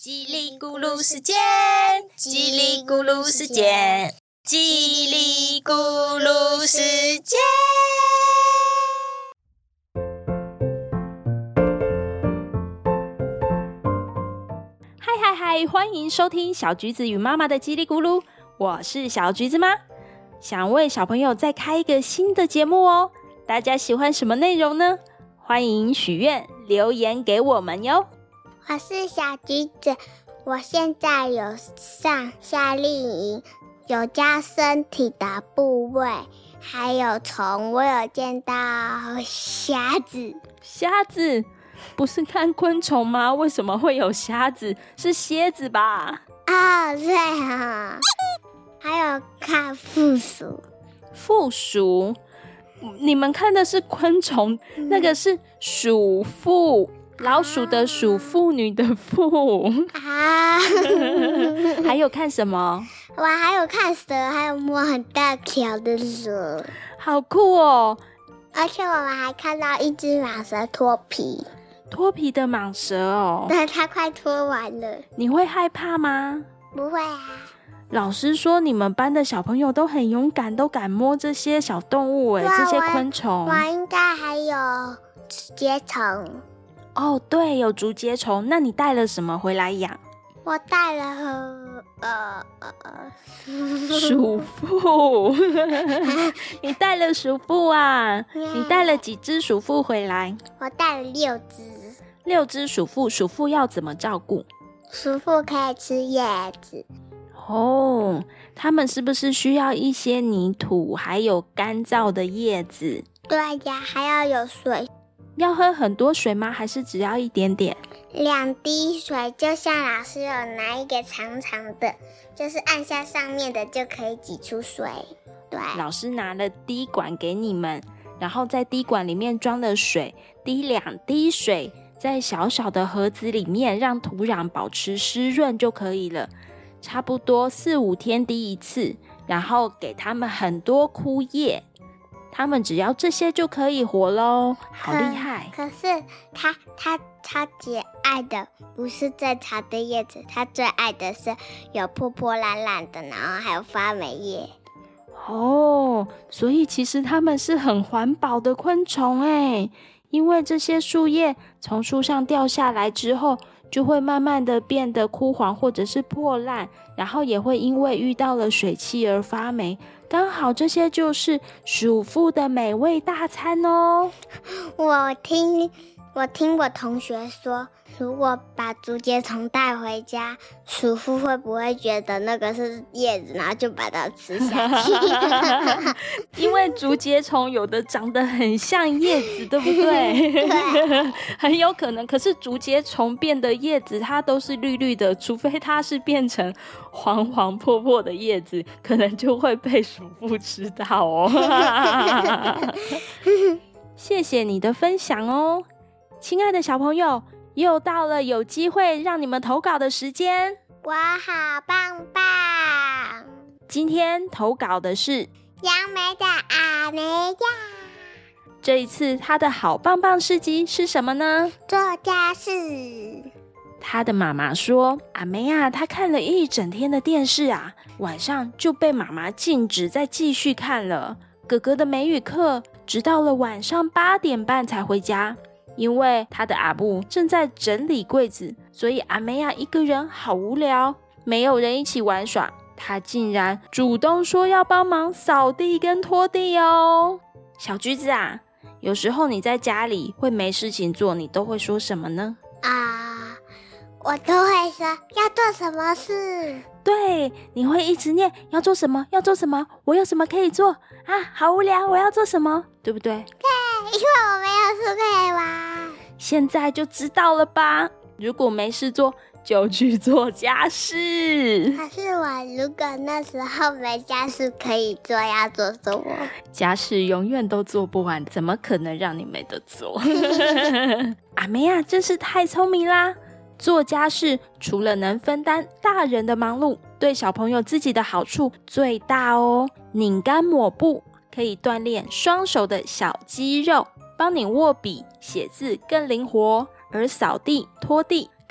叽里咕噜时间，叽里咕噜时间，叽里咕噜时间。 嗨，欢迎收听小橘子与妈妈的叽里咕噜，我是小橘子妈，想为小朋友再开一个新的节目哦。大家喜欢什么内容呢？欢迎许愿留言给我们哟。 我是小橘子，我现在有上夏令营，有教身体的部位，还有虫，我有见到虾子。 虾子不是看昆虫吗？为什么会有虾子？是蝎子吧？ 哦，对啊，还有看负鼠。 负鼠，你们看的是昆虫，那个是鼠妇。老鼠的鼠，妇女的妇啊！ 还有看什么？ 我还有看蛇，还有摸很大条的蛇， 好酷哦！ 而且我们还看到一只蟒蛇脱皮的蟒蛇哦。 对，它快脱完了。 你会害怕吗？ 不会啊。 老师说你们班的小朋友都很勇敢，都敢摸这些小动物这些昆虫。 我应该还有竹节虫。 哦，对，有竹节虫。那你带了什么回来养？ 我带了鼠妇。你带了鼠妇啊？你带了几只鼠妇回来？ 我带了6只。 6只鼠妇。鼠妇要怎么照顾？ 鼠妇可以吃叶子。 哦，它们是不是需要一些泥土，还有干燥的叶子？ 对呀，还要有水。 要喝很多水吗？还是只要一点点 ？2滴水，就像老师有拿一个长长的，就是按下上面的就可以挤出水。对， 老师拿了滴管给你们，然后在滴管里面装的水，滴2滴水在小小的盒子里面，让土壤保持湿润就可以了。差不多4、5天滴一次，然后给他们很多枯叶。他们只要这些就可以活咯，好厉害！ 可是他最爱的不是正常的叶子，他最爱的是有破破烂烂的，然后还有发霉叶。 哦，所以其实他们是很环保的昆虫耶，因为这些树叶从树上掉下来之后，就会慢慢的变得枯黄或者是破烂，然后也会因为遇到了水汽而发霉。刚好这些就是鼠妇的美味大餐哦。 我听我同学说，如果把竹节虫带回家，鼠妇会不会觉得那个是叶子，然后就把它吃下去？ 因为竹节虫有的长得很像叶子，对不对？ 对， 很有可能。可是竹节虫变的叶子它都是绿绿的，除非它是变成黄黄破破的叶子，可能就会被鼠妇吃到哦。谢谢你的分享哦。亲爱的小朋友，又到了有机会让你们投稿的时间。 我好棒棒！ 今天投稿的是杨梅的阿梅亚。 这一次他的好棒棒事迹是什么呢？ 做家事。 他的妈妈说，阿梅亚她看了一整天的电视啊，晚上就被妈妈禁止再继续看了。哥哥的美语课直到了晚上8点半才回家。因为他的阿布正在整理柜子，所以阿梅亚一个人好无聊，没有人一起玩耍。他竟然主动说要帮忙扫地跟拖地哦。小橘子啊，有时候你在家里会没事情做，你都会说什么呢？ 我都会说要做什么事。 对，你会一直念要做什么，要做什么，我有什么可以做啊？好无聊，我要做什么，对不对？ 对，因为我没有事可以玩。 现在就知道了吧？如果没事做，就去做家事。 可是我如果那时候没家事可以做，要做什么？ 家事永远都做不完，怎么可能让你没得做？阿梅亚真是太聪明啦！做家事除了能分担大人的忙碌，对小朋友自己的好处最大哦。拧干抹布可以锻炼双手的小肌肉，帮你握笔写字更灵活；而扫地拖地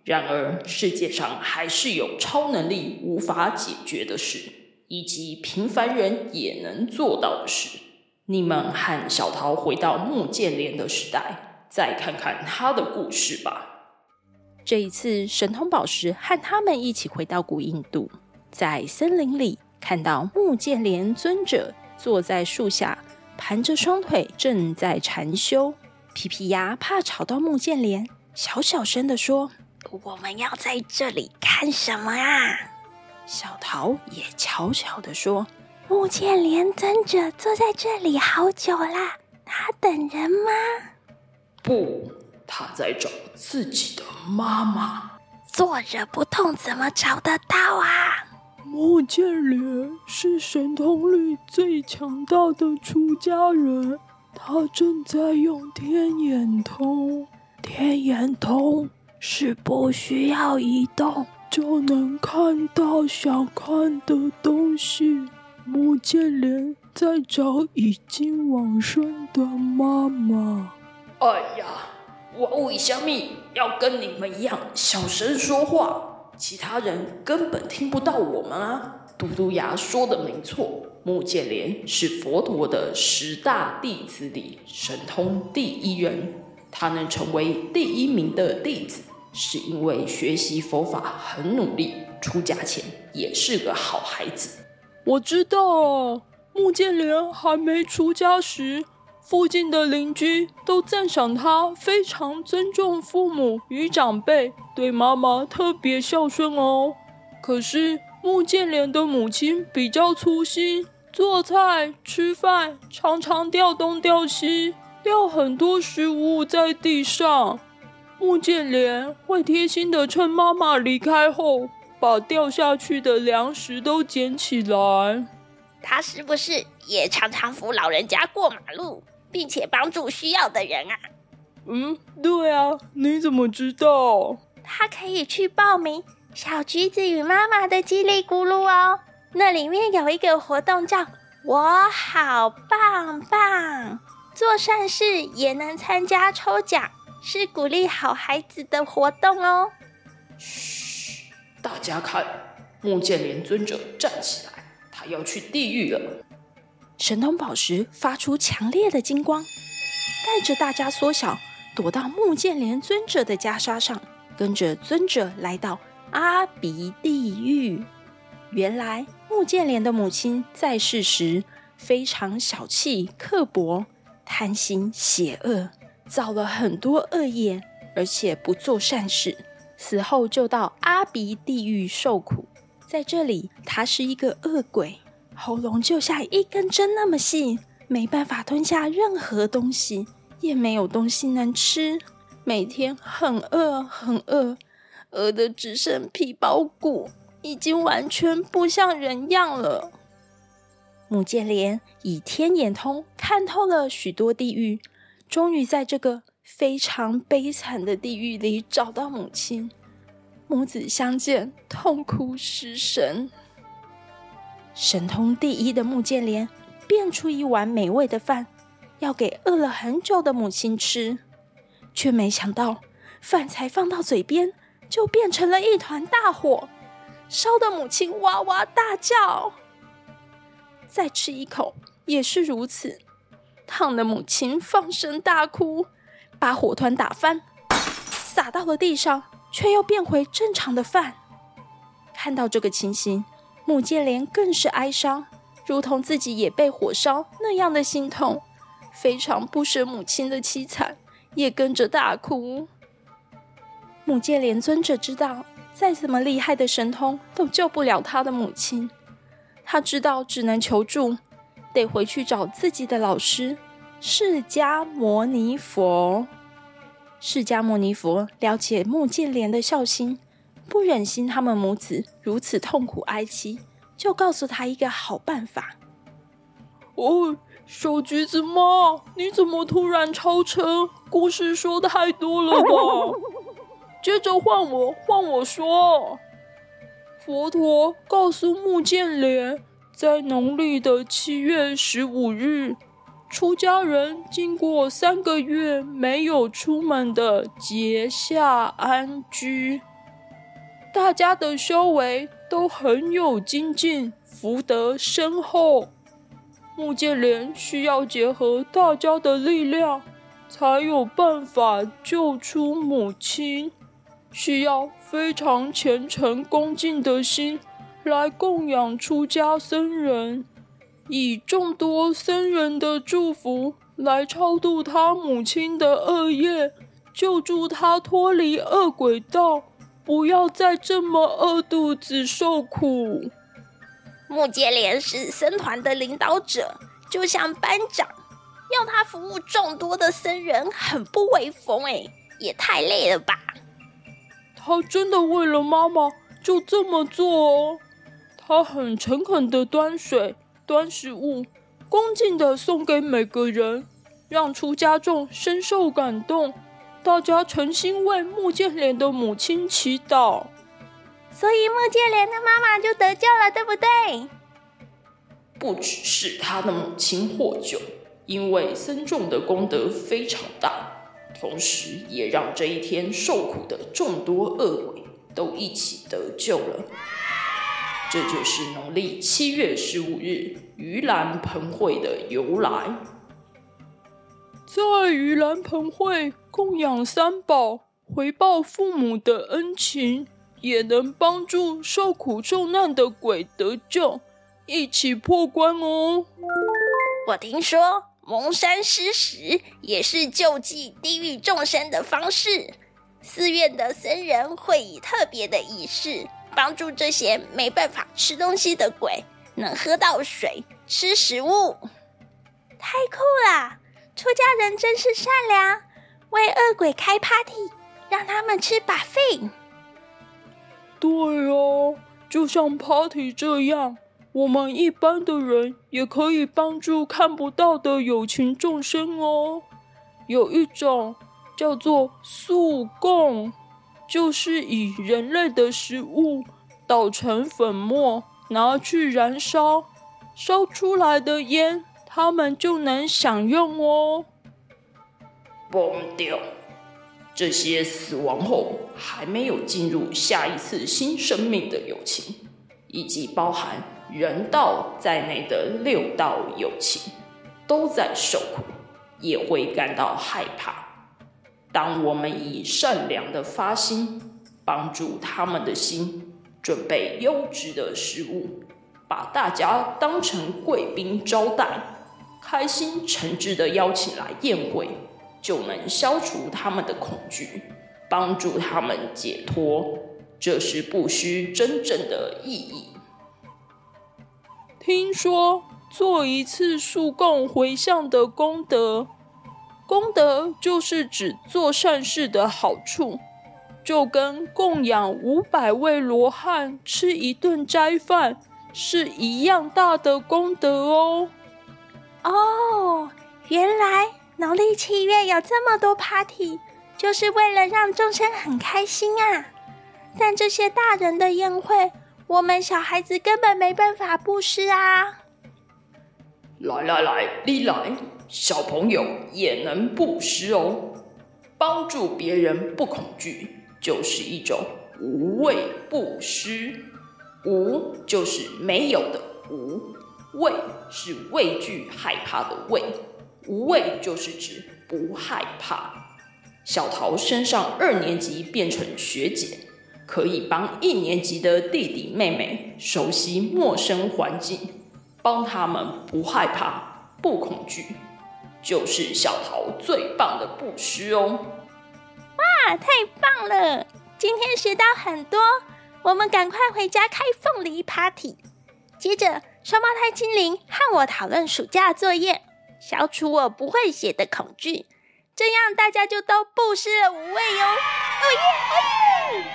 然而世界上还是有超能力无法解决的事，以及平凡人也能做到的事。你们和小桃回到木建连的时代，再看看他的故事吧。 这一次，神通宝石和他们一起回到古印度，在森林里看到木建连尊者坐在树下，盘着双腿正在禅修。皮皮鸭怕吵到木建连，小小声地说：“ 我们要在这里看什么啊？” 小桃也悄悄地说：“ 木建连尊者坐在这里好久啦，他等人吗？” 不，他在找自己的妈妈。 坐着不动怎么找得到啊？ 木建连是神通力最强大的出家人，他正在用天眼通。天眼通是不需要移动就能看到想看的东西。木建连在找已经往生的妈妈。 哎呀，我为什么要跟你们一样小声说话？其他人根本听不到我们啊！嘟嘟牙说的没错，木建连是佛陀的10大弟子里神通第1人。他能成为第1名的弟子，是因为学习佛法很努力，出家前也是个好孩子。 我知道啊，木建连还没出家时，附近的邻居都赞赏他非常尊重父母与长辈，对妈妈特别孝顺哦。可是木建连的母亲比较粗心，做菜吃饭常常掉东掉西，掉很多食物在地上。木建连会贴心的趁妈妈离开后，把掉下去的粮食都捡起来。 他是不是也常常扶老人家过马路，并且帮助需要的人啊？ 对啊，你怎么知道？ 他可以去报名小橘子与妈妈的叽里咕噜哦，那里面有一个活动叫我好棒棒，做善事也能参加抽奖，是鼓励好孩子的活动哦。 嘘，大家看，木建连尊者站起来，他要去地狱了。 神通宝石发出强烈的金光，带着大家缩小，躲到木建连尊者的袈裟上，跟着尊者来到阿鼻地狱。原来木建连的母亲在世时非常小气、刻薄、贪心、邪恶，造了很多恶业，而且不做善事，死后就到阿鼻地狱受苦。在这里，他是一个恶鬼，喉咙就像一根针那么细，没办法吞下任何东西，也没有东西能吃，每天很饿很饿，饿得只剩皮包骨，已经完全不像人样了。木建连以天眼通看透了许多地狱，终于在这个非常悲惨的地狱里找到母亲。母子相见，痛哭失声。神通第1的木建连变出一碗美味的饭，要给饿了很久的母亲吃，却没想到饭才放到嘴边，就变成了一团大火，烧得母亲哇哇大叫。再吃一口也是如此，烫得母亲放声大哭，把火团打翻，洒到了地上，却又变回正常的饭。看到这个情形，木建连更是哀伤，如同自己也被火烧那样的心痛，非常不舍母亲的凄惨，也跟着大哭。木建连尊者知道，再怎么厉害的神通都救不了他的母亲，他知道只能求助，得回去找自己的老师释迦牟尼佛。释迦牟尼佛了解木建连的孝心，不忍心他们母子如此痛苦哀戚，就告诉他一个好办法。 小橘子妈，你怎么突然超车？故事说太多了吧？接着换我说。佛陀告诉木建连，在农历的7月15日，出家人经过3个月没有出门的结夏安居， 大家的修为都很有精进，福德深厚。木建连需要结合大家的力量，才有办法救出母亲，需要非常虔诚恭敬的心来供养出家僧人，以众多僧人的祝福来超度他母亲的恶业，救助他脱离恶鬼道，不要再这么饿肚子受苦。 木接连是僧团的领导者，就像班长，要他服务众多的僧人，很不威风也太累了吧。 他真的为了妈妈就这么做哦。他很诚恳的端水端食物，恭敬的送给每个人，让出家众深受感动。大家诚心为木建连的母亲祈祷， 所以木建连的妈妈就得救了，对不对？ 不只是他的母亲获救，因为僧众的功德非常大，同时也让这一天受苦的众多恶鬼都一起得救了。这就是农历7月15日盂兰盆会的由来。 在盂兰盆会供养三宝，回报父母的恩情，也能帮助受苦受难的鬼得救，一起破关哦。 我听说蒙山施食也是救济地狱众生的方式，寺院的僧人会以特别的仪式，帮助这些没办法吃东西的鬼能喝到水、吃食物。太酷了！出家人真是善良，为恶鬼开 party， 让他们吃 buffet。 对哦，就像 party 这样，我们一般的人也可以帮助看不到的有情众生哦。有一种叫做素供，就是以人类的食物捣成粉末，拿去燃烧，烧出来的烟他们就能享用哦。 崩掉！这些死亡后还没有进入下一次新生命的有情，以及包含人道在内的6道有情，都在受苦，也会感到害怕。当我们以善良的发心帮助他们的心，准备优质的食物，把大家当成贵宾招待，开心诚挚的邀请来宴会，就能消除他们的恐惧，帮助他们解脱。这是布施真正的意义。 听说做一次素供回向的功德，功德就是指做善事的好处，就跟供养500位罗汉吃一顿斋饭是一样大的功德哦。 哦，原来农历7月有这么多 party， 就是为了让众生很开心啊。但这些大人的宴会，我们小孩子根本没办法布施啊。 来，你来，小朋友也能布施哦。帮助别人不恐惧，就是一种无畏布施。无就是没有的无，畏是畏惧害怕的畏，无畏就是指不害怕。小桃升上2年级变成学姐，可以帮1年级的弟弟妹妹熟悉陌生环境，帮他们不害怕不恐惧，就是小桃最棒的布施哦。 哇，太棒了，今天学到很多，我们赶快回家开凤梨 party。 接着双胞胎精灵和我讨论暑假作业，消除我不会写的恐惧，这样大家就都布施了无畏哟。哦耶哦耶！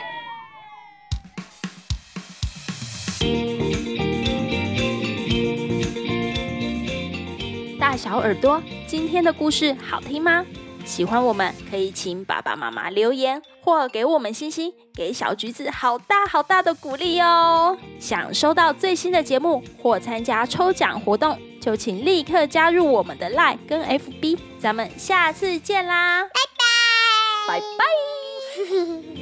大小耳朵，今天的故事好听吗？喜欢我们可以请爸爸妈妈留言或给我们星星，给小橘子好大好大的鼓励哦。想收到最新的节目或参加抽奖活动，就请立刻加入我们的 LINE 跟 FB。咱们下次见啦，拜拜。